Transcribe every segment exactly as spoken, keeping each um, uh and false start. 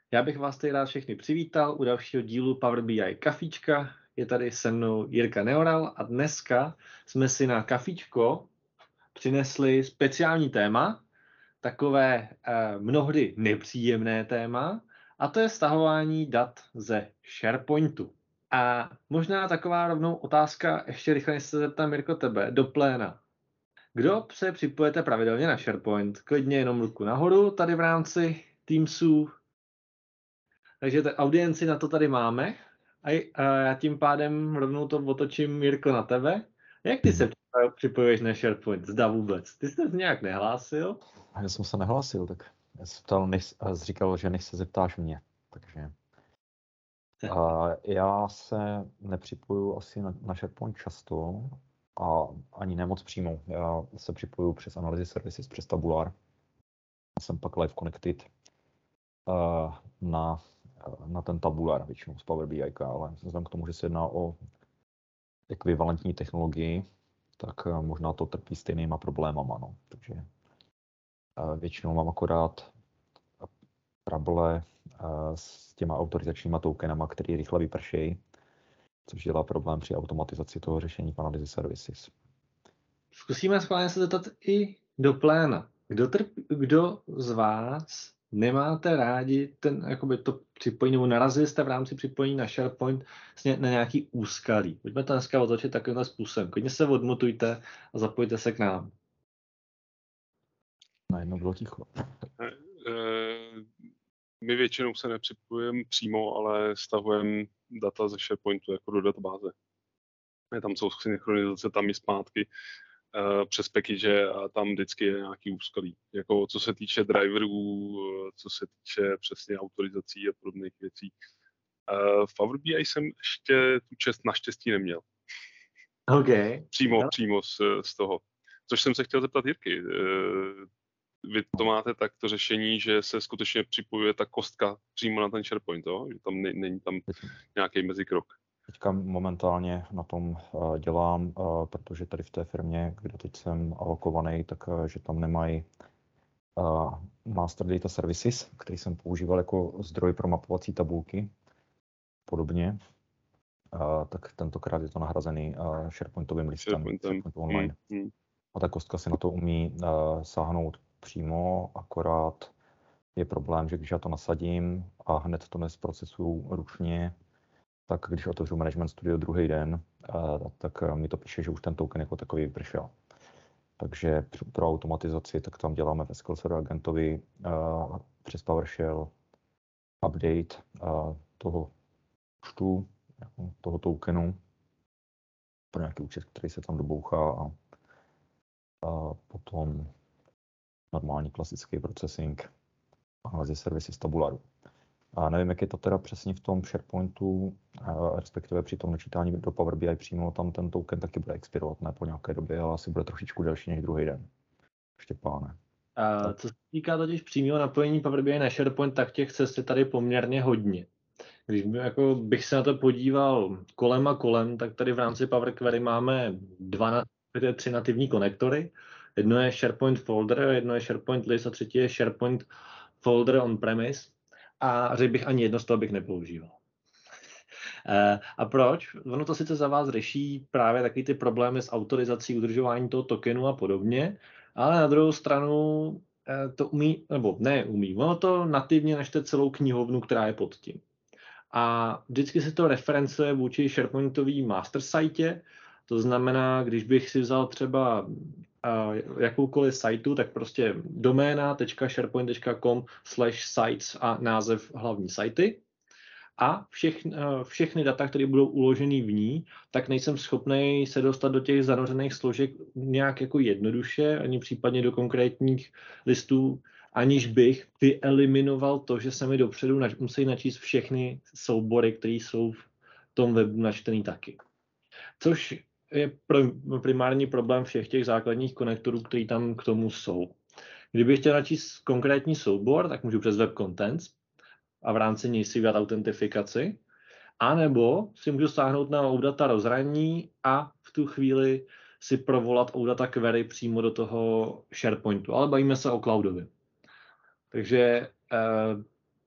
Já bych vás tady rád všechny přivítal u dalšího dílu Power B I Kafíčka. Je tady se mnou Jirka Neoral a dneska jsme si na kafíčko přinesli speciální téma, takové eh, mnohdy nepříjemné téma, a to je stahování dat ze SharePointu. A možná taková rovnou otázka, ještě rychle než se zeptám, Jirko, tebe, do pléna. Kdo se připojete pravidelně na SharePoint? Klidně jenom ruku nahoru tady v rámci Teamsu. Takže ta audienci na to tady máme. A, a já tím pádem rovnou to otočím, Jirko, na tebe. Jak ty se připojuješ na SharePoint? Zda vůbec. Ty jsi se nějak nehlásil? Já jsem se nehlásil, tak já jsem ptal, než, říkal, že než se zeptáš mě. Takže a já se nepřipojuju asi na, na SharePoint často a ani nemoc přímo. Já se připojuju přes Analysis Services, přes Tabular. Jsem pak live connected uh, na, na ten Tabular většinou z Power B I, ale vzhledem k tomu, že se jedná o ekvivalentní technologii, tak uh, možná to trpí stejnýma problémama. No. Takže uh, většinou mám akorát trable uh, s těma autorizačníma tokenama, který rychle vypršejí, což dělá problém při automatizaci toho řešení v Analysis Services. Zkusíme schválně se zeptat i do pléna. Kdo, trp, kdo z vás nemáte rádi ten, jakoby to připojení, nebo narazili jste v rámci připojení na SharePoint na nějaký úskalí? Pojďme to dneska otočit takovýmhle způsobem. Klidně se odmutujte a zapojte se k nám. Najednou bylo ticho. My většinou se nepřipojujeme přímo, ale stahujeme data ze SharePointu jako do databáze. Tam jsou synchronizace, tam i zpátky uh, přes package a tam vždycky je nějaký úskalí. Jako co se týče driverů, co se týče přesně autorizací a podobných věcí. Uh, v Power B I jsem ještě tu čest naštěstí neměl. Okay. Přímo, no. přímo z, z toho. Což jsem se chtěl zeptat Jirky. Uh, Vy to máte tak to řešení, že se skutečně připojuje ta kostka přímo na ten SharePoint, jo? Že tam ne, není tam nějaký mezikrok. Teďka momentálně na tom uh, dělám, uh, protože tady v té firmě, kde teď jsem alokovaný, tak uh, že tam nemají uh, Master Data Services, který jsem používal jako zdroj pro mapovací tabulky. Podobně. Uh, tak tentokrát je to nahrazený uh, SharePointovým listem, SharePointem. SharePoint Online. Hmm, hmm. A ta kostka si na to umí uh, sáhnout přímo, akorát je problém, že když já to nasadím a hned to nesprocesuju ručně, tak když otevřu Management Studio druhý den, uh, tak mi to píše, že už ten token jako takový vypršel. Takže pro automatizaci tak tam děláme v S Q L Server Agentovi uh, přes PowerShell update uh, toho účtu, toho tokenu pro nějaký účet, který se tam dobouchá a, a potom normální klasický processing Analysis Services Tabularu. A nevím, jak je to teda přesně v tom SharePointu, respektive při tom načítání do Power B I přímo, tam ten token taky bude expirovat, ne po nějaké době, ale asi bude trošičku delší než druhý den. Štěpáne. A co se týká totiž přímého napojení Power B I na SharePoint, tak těch cest je tady poměrně hodně. Když by, jako bych se na to podíval kolem a kolem, tak tady v rámci Power Query máme dva, tři nativní konektory. Jedno je SharePoint Folder, jedno je SharePoint List a třetí je SharePoint Folder on-premise. A řekl bych, ani jedno z toho bych nepoužíval. A proč? Ono to sice za vás řeší právě taky ty problémy s autorizací, udržování toho tokenu a podobně, ale na druhou stranu to umí, nebo ne umí, ono to nativně načte celou knihovnu, která je pod tím. A vždycky se to referencuje vůči SharePointový master site, to znamená, když bych si vzal třeba uh, jakoukoliv sajtu, tak prostě doména tečka sharepoint tečka com slash sites a název hlavní sajty. A všechny, všechny data, které budou uloženy v ní, tak nejsem schopný se dostat do těch zanořených složek nějak jako jednoduše, ani případně do konkrétních listů, aniž bych vyeliminoval to, že se mi dopředu nač- musí načíst všechny soubory, které jsou v tom webu načtený taky. Což je pr- primární problém všech těch základních konektorů, které tam k tomu jsou. Kdybych chtěl načíst konkrétní soubor, tak můžu přes Web Contents a v rámci něj si udělat autentifikaci, anebo si můžu stáhnout na OData rozhraní a v tu chvíli si provolat OData query přímo do toho SharePointu, ale bavíme se o cloudově. Takže eh,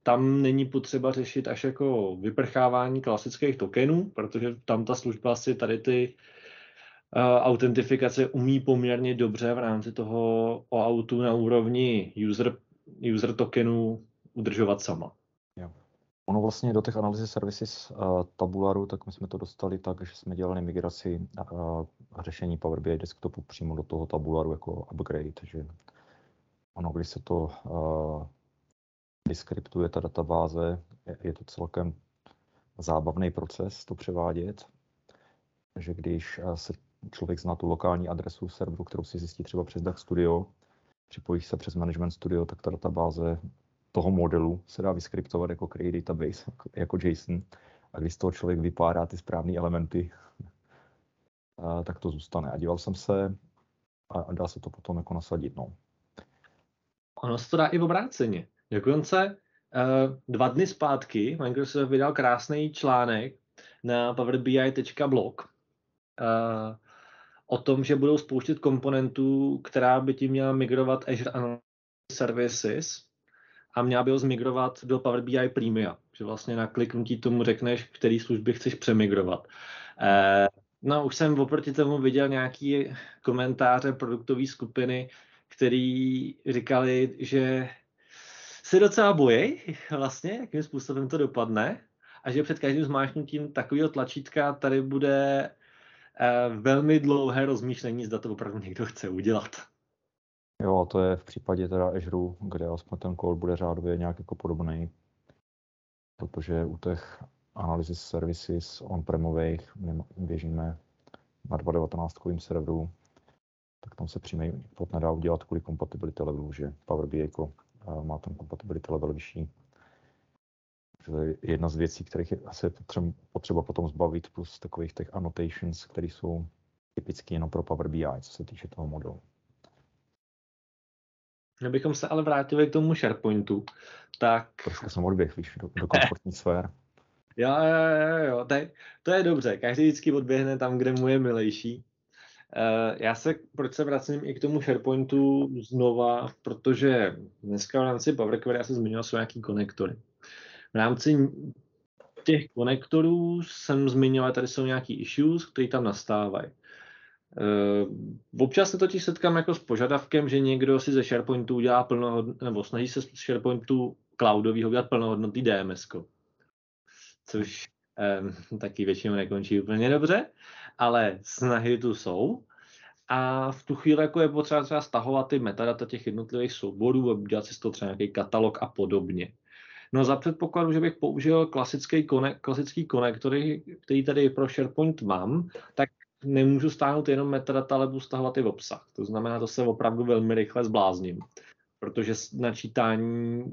tam není potřeba řešit až jako vyprchávání klasických tokenů, protože tam ta služba si tady ty uh, autentifikace umí poměrně dobře v rámci toho O autu na úrovni user, user tokenů udržovat sama. Jo. Ono vlastně do těch analysis services uh, tabularu, tak my jsme to dostali tak, že jsme dělali migraci uh, řešení Power B I desktopu přímo do toho tabularu jako upgrade, takže ono, když se to uh, deskriptuje ta databáze, je, je to celkem zábavný proces to převádět, že když uh, se člověk zná tu lokální adresu serveru, kterou si zjistí třeba přes DAX Studio, připojí se přes Management Studio, tak ta databáze toho modelu se dá vyskriptovat jako create database, jako JSON. A když z toho člověk vypárá ty správné elementy, tak to zůstane. A díval jsem se a dá se to potom jako nasadit. No. Ono se to dá i v obráceně. Dokonce dva dny zpátky Microsoft vydal krásný článek na powerbi tečka blog o tom, že budou spouštět komponentů, která by ti měla migrovat Azure Analysis Services a měla by ho zmigrovat do Power B I Premium, že vlastně na kliknutí tomu řekneš, který služby chceš přemigrovat. Eh, no už jsem oproti tomu viděl nějaký komentáře produktové skupiny, který říkali, že se docela bojí vlastně, jakým způsobem to dopadne a že před každým zmáčknutím takového tlačítka tady bude eh, velmi dlouhé rozmýšlení, zda to opravdu někdo chce udělat. Jo, to je v případě teda Azure, kde aspoň ten kód bude řádově nějak jako podobný, protože u těch analysis services on-premových běžíme na dva devatenáctkovým serveru, tak tam se přímý import nedá udělat kvůli compatibility levelu, že Power B I jako má ten compatibility level vyšší. To je jedna z věcí, kterých je asi potřeba, potřeba potom zbavit, plus takových těch annotations, které jsou typické jenom pro Power B I, co se týče toho modelu. Kdybychom se ale vrátili k tomu SharePointu, tak... Trošku jsem odběh, víš, do, do komfortní sfér. Jo, jo, jo, jo. To, je, to je dobře. Každý vždycky odběhne tam, kde mu je milejší. Uh, já se, proč se vracím i k tomu SharePointu znova, protože dneska v rámci Power Query já jsem zmiňoval jsou nějaký konektory. V rámci těch konektorů jsem zmiňoval, tady jsou nějaký issues, které tam nastávají. Uh, občas se totiž setkám jako s požadavkem, že někdo si ze SharePointu udělá plnohodnotný, nebo snaží se z SharePointu cloudovýho udělat plnohodnotný D M S ko. Což um, taky většinou nekončí úplně dobře, ale snahy tu jsou. A v tu chvíli jako je potřeba třeba stahovat ty metadata těch jednotlivých souborů a dělat si z toho třeba nějaký katalog a podobně. No za předpokladu, že bych použil klasický, konek, klasický konektory, který tady pro SharePoint mám, tak nemůžu stáhnout jenom metadata, ale budu stahovat i obsah. To znamená, to se opravdu velmi rychle zblázním, protože načítání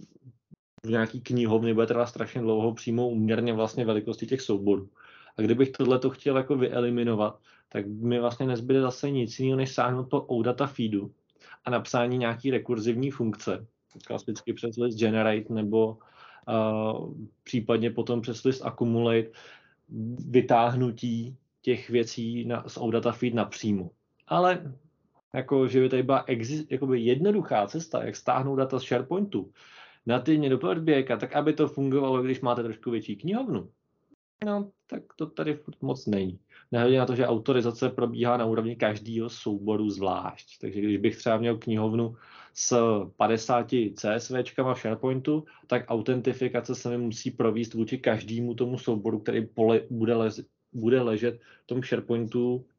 v nějaký knihovně bude trvat strašně dlouho přímo úměrně vlastně velikosti těch souborů. A kdybych tohleto chtěl jako vyeliminovat, tak mi vlastně nezbyde zase nic jiného, než sáhnout po OData feedu a napsání nějaký rekurzivní funkce, klasicky přes list generate nebo uh, případně potom přes list accumulate, vytáhnutí těch věcí na, z OData feed napřímo. Ale jako, že by tady byla exi- jakoby jednoduchá cesta, jak stáhnout data z SharePointu na týdně do Power B I, tak aby to fungovalo, když máte trošku větší knihovnu. No, tak to tady furt moc není. Nehledě na to, že autorizace probíhá na úrovni každého souboru zvlášť. Takže když bych třeba měl knihovnu s padesáti CSVčkama v SharePointu, tak autentifikace se mi musí provést vůči každému tomu souboru, který pole, bude, lez, bude ležet v tom SharePointu uh,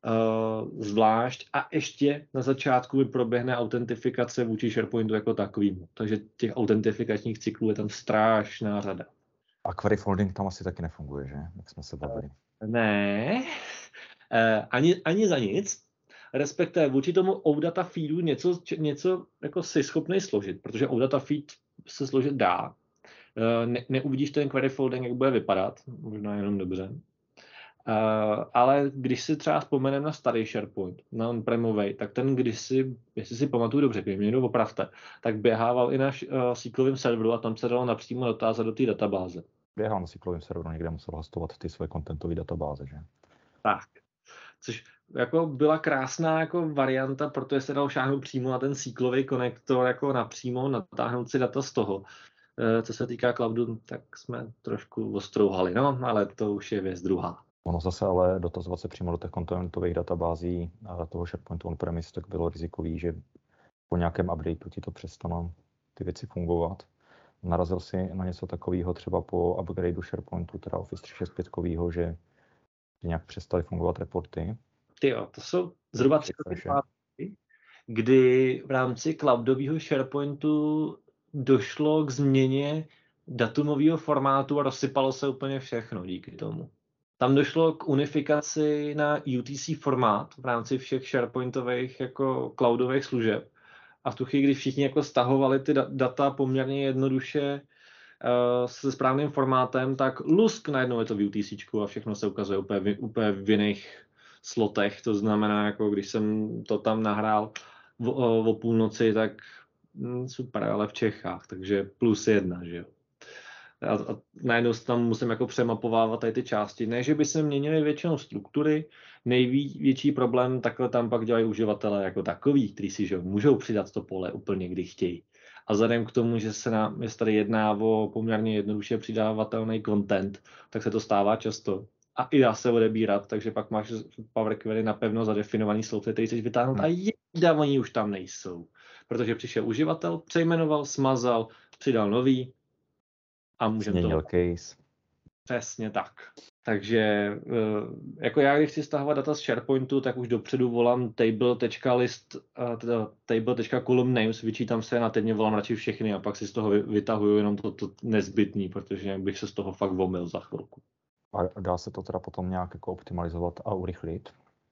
zvlášť. A ještě na začátku mi proběhne autentifikace vůči SharePointu jako takovýmu. Takže těch autentifikačních cyklů je tam strašná řada. A query folding tam asi taky nefunguje, že? Jak jsme se bavili. Ne, eh, ani, ani za nic. Respektive vůči tomu OData feedu něco, něco jako si schopný složit, protože OData feed se složit dá. Eh, ne, neuvidíš ten query folding, jak bude vypadat, možná jenom dobře. Uh, ale když si třeba vzpomeneme na starý SharePoint, na on-premovej, tak ten kdysi, jestli si pamatuju dobře, když mě jenom opravte, tak běhával i na uh, S Q Lovém serveru a tam se dalo napřímo dotázat do té databáze. Běhal na S Q Lovém serveru, někde musel hostovat ty své contentové databáze, že? Tak, což jako byla krásná jako varianta, protože se dalo šáhnout přímo na ten S Q Lový konektor jako napřímo, natáhnout si data z toho. co se týká cloudu, tak jsme trošku ostrouhali, no, ale to už je věc druhá. Ono zase ale dotazovat se přímo do těch kontentových databází a toho SharePointu on-premise, tak bylo rizikový, že po nějakém updateu ti to přestanou ty věci fungovat. Narazil si na něco takového třeba po upgradeu SharePointu, teda Office tři šest pět, že nějak přestaly fungovat reporty? Tyjo, to jsou zhruba tři roky zpátky, kdy v rámci cloudového SharePointu došlo k změně datumového formátu a rozsypalo se úplně všechno díky tomu. Tam došlo k unifikaci na U T C formát v rámci všech SharePointových jako cloudových služeb. A v tu chvíli, kdy všichni jako stahovali ty data poměrně jednoduše uh, se správným formátem, tak lusk najednou je to v U T C a všechno se ukazuje úplně, úplně v jiných slotech. To znamená, jako když jsem to tam nahrál o, o, o půlnoci, tak hm, super, ale v Čechách, takže plus jedna, že jo. A, a najednou tam musím jako přemapovávat tady ty části. Ne, že by se měnily většinou struktury, největší problém takhle tam pak dělají uživatelé jako takový, kteří si že můžou přidat to pole úplně kdy chtějí. A vzhledem k tomu, že se nám je tady jedná o poměrně jednoduše přidávatelný content, tak se to stává často. A i dá se odebírat, takže pak máš Power Query napevno zadefinovaný sloupce, který chceš vytáhnout a jeda, oni už tam nejsou. Protože přišel uživatel, přejmenoval, smazal, přidal nový, a můžeme Změnil to... case. Přesně tak. Takže jako já, když chci stahovat data z SharePointu, tak už dopředu volám table.list, teda table.column names, vyčítám se a teď mě volám radši všechny a pak si z toho vytahuju jenom to, to nezbytný, protože jak bych se z toho fakt vomil za chvilku. A dá se to teda potom nějak jako optimalizovat a urychlit?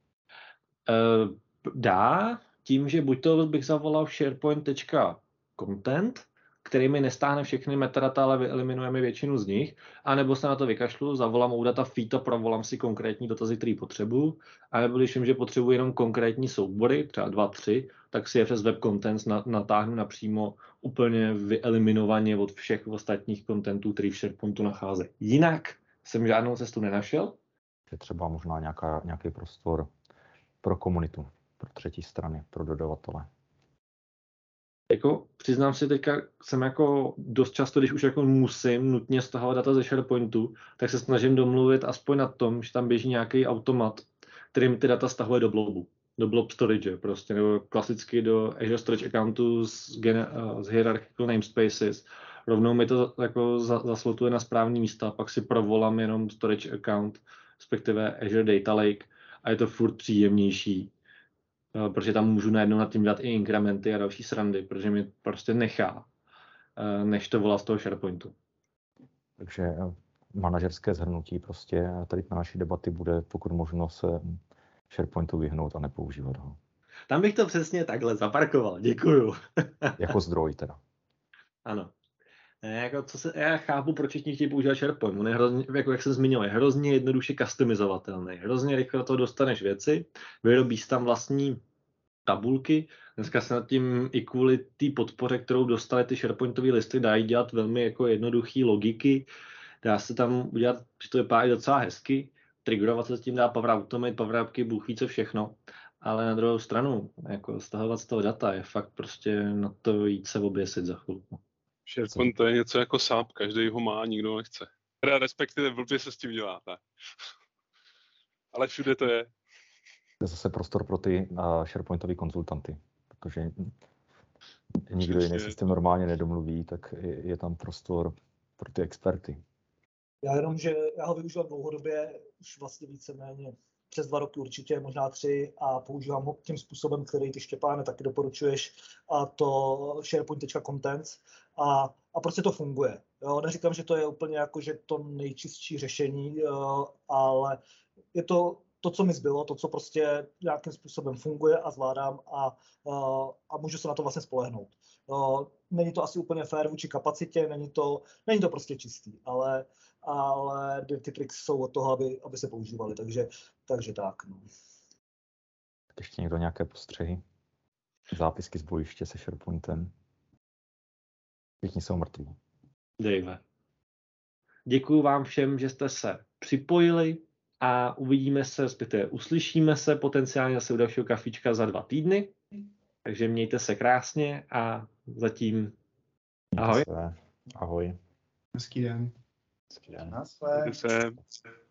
Dá, tím, že buď to bych zavolal sharepoint.content, který mi nestáhne všechny metadata, ale vyeliminujeme většinu z nich, anebo se na to vykašlu, zavolám u data feed a provolám si konkrétní dotazy, který potřebuju, anebo když vím, že potřebuji jenom konkrétní soubory, třeba dva, tři, tak si je přes web contents natáhnu napřímo úplně vyeliminovaně od všech ostatních contentů, který v SharePointu nacházejí. Jinak jsem žádnou cestu nenašel. Je třeba možná nějaká, nějaký prostor pro komunitu, pro třetí strany, pro dodavatele. Jako, přiznám si, teďka jsem jako dost často, když už jako musím nutně stahovat data ze SharePointu, tak se snažím domluvit aspoň na tom, že tam běží nějaký automat, kterým ty data stahuje do blobu, do blob storage prostě, nebo klasicky do Azure Storage Accountu z, z hierarchical namespaces. Rovnou mi to jako zaslotuje na správný místa, pak si provolám jenom storage account, respektive Azure Data Lake a je to furt příjemnější. Protože tam můžu najednou nad tím dát i inkrementy a další srandy, protože mi prostě nechá, než to volá z toho SharePointu. Takže manažerské shrnutí prostě tady na naší debaty bude pokud možno se SharePointu vyhnout a nepoužívat ho. Tam bych to přesně takhle zaparkoval, děkuju. Jako zdroj teda. Ano. Jako, co se, já chápu, proč všichni chtějí používat SharePoint. On je hrozně, jako jak jsem zmiňoval, je hrozně jednoduše customizovatelný. Hrozně rychle do toho dostaneš věci, vyrobíš tam vlastní tabulky. Dneska se nad tím i kvůli té podpoře, kterou dostali ty SharePointové listy, dají dělat velmi jako jednoduché logiky. Dá se tam udělat, že to vypadá i docela hezky. Triggerovat se s tím dá Power Automate, Power Appky, bůh ví co všechno. Ale na druhou stranu, jako stahovat z toho data je fakt prostě na to jít se oběsit za chvilku. SharePoint to je něco jako sáp, každý ho má, nikdo nechce. Teda respektive blbě se s tím dělá, tak. Ale všude to je. Je zase prostor pro ty uh, SharePointové konzultanty, protože nikdo jiný se s tím normálně nedomluví, tak je, je tam prostor pro ty experty. Já jenom, že já ho využívám dlouhodobě, už vlastně víceméně přes dva roky určitě, možná tři, a používám ho tím způsobem, který ty, Štěpáne, taky doporučuješ, a to sharepoint.contents, a, a prostě to funguje. Jo, neříkám, že to je úplně jako, že to nejčistší řešení, jo, ale je to to, co mi zbylo, to, co prostě nějakým způsobem funguje a zvládám a, a můžu se na to vlastně spolehnout. Není to asi úplně fair vůči kapacitě, není to, není to prostě čistý, ale, ale ty tricks jsou od toho, aby, aby se používali, takže, takže tak. No. Ještě někdo nějaké postřehy? Zápisky z bojiště se SharePointem? Všichni jsou mrtví. Dave. Děkuju vám všem, že jste se připojili a uvidíme se, respektive uslyšíme se potenciálně zase u dalšího kafička za dva týdny. Takže mějte se krásně a zatím ahoj. Ahoj. Hezký den. Hezký den. Naschle. Mějte se.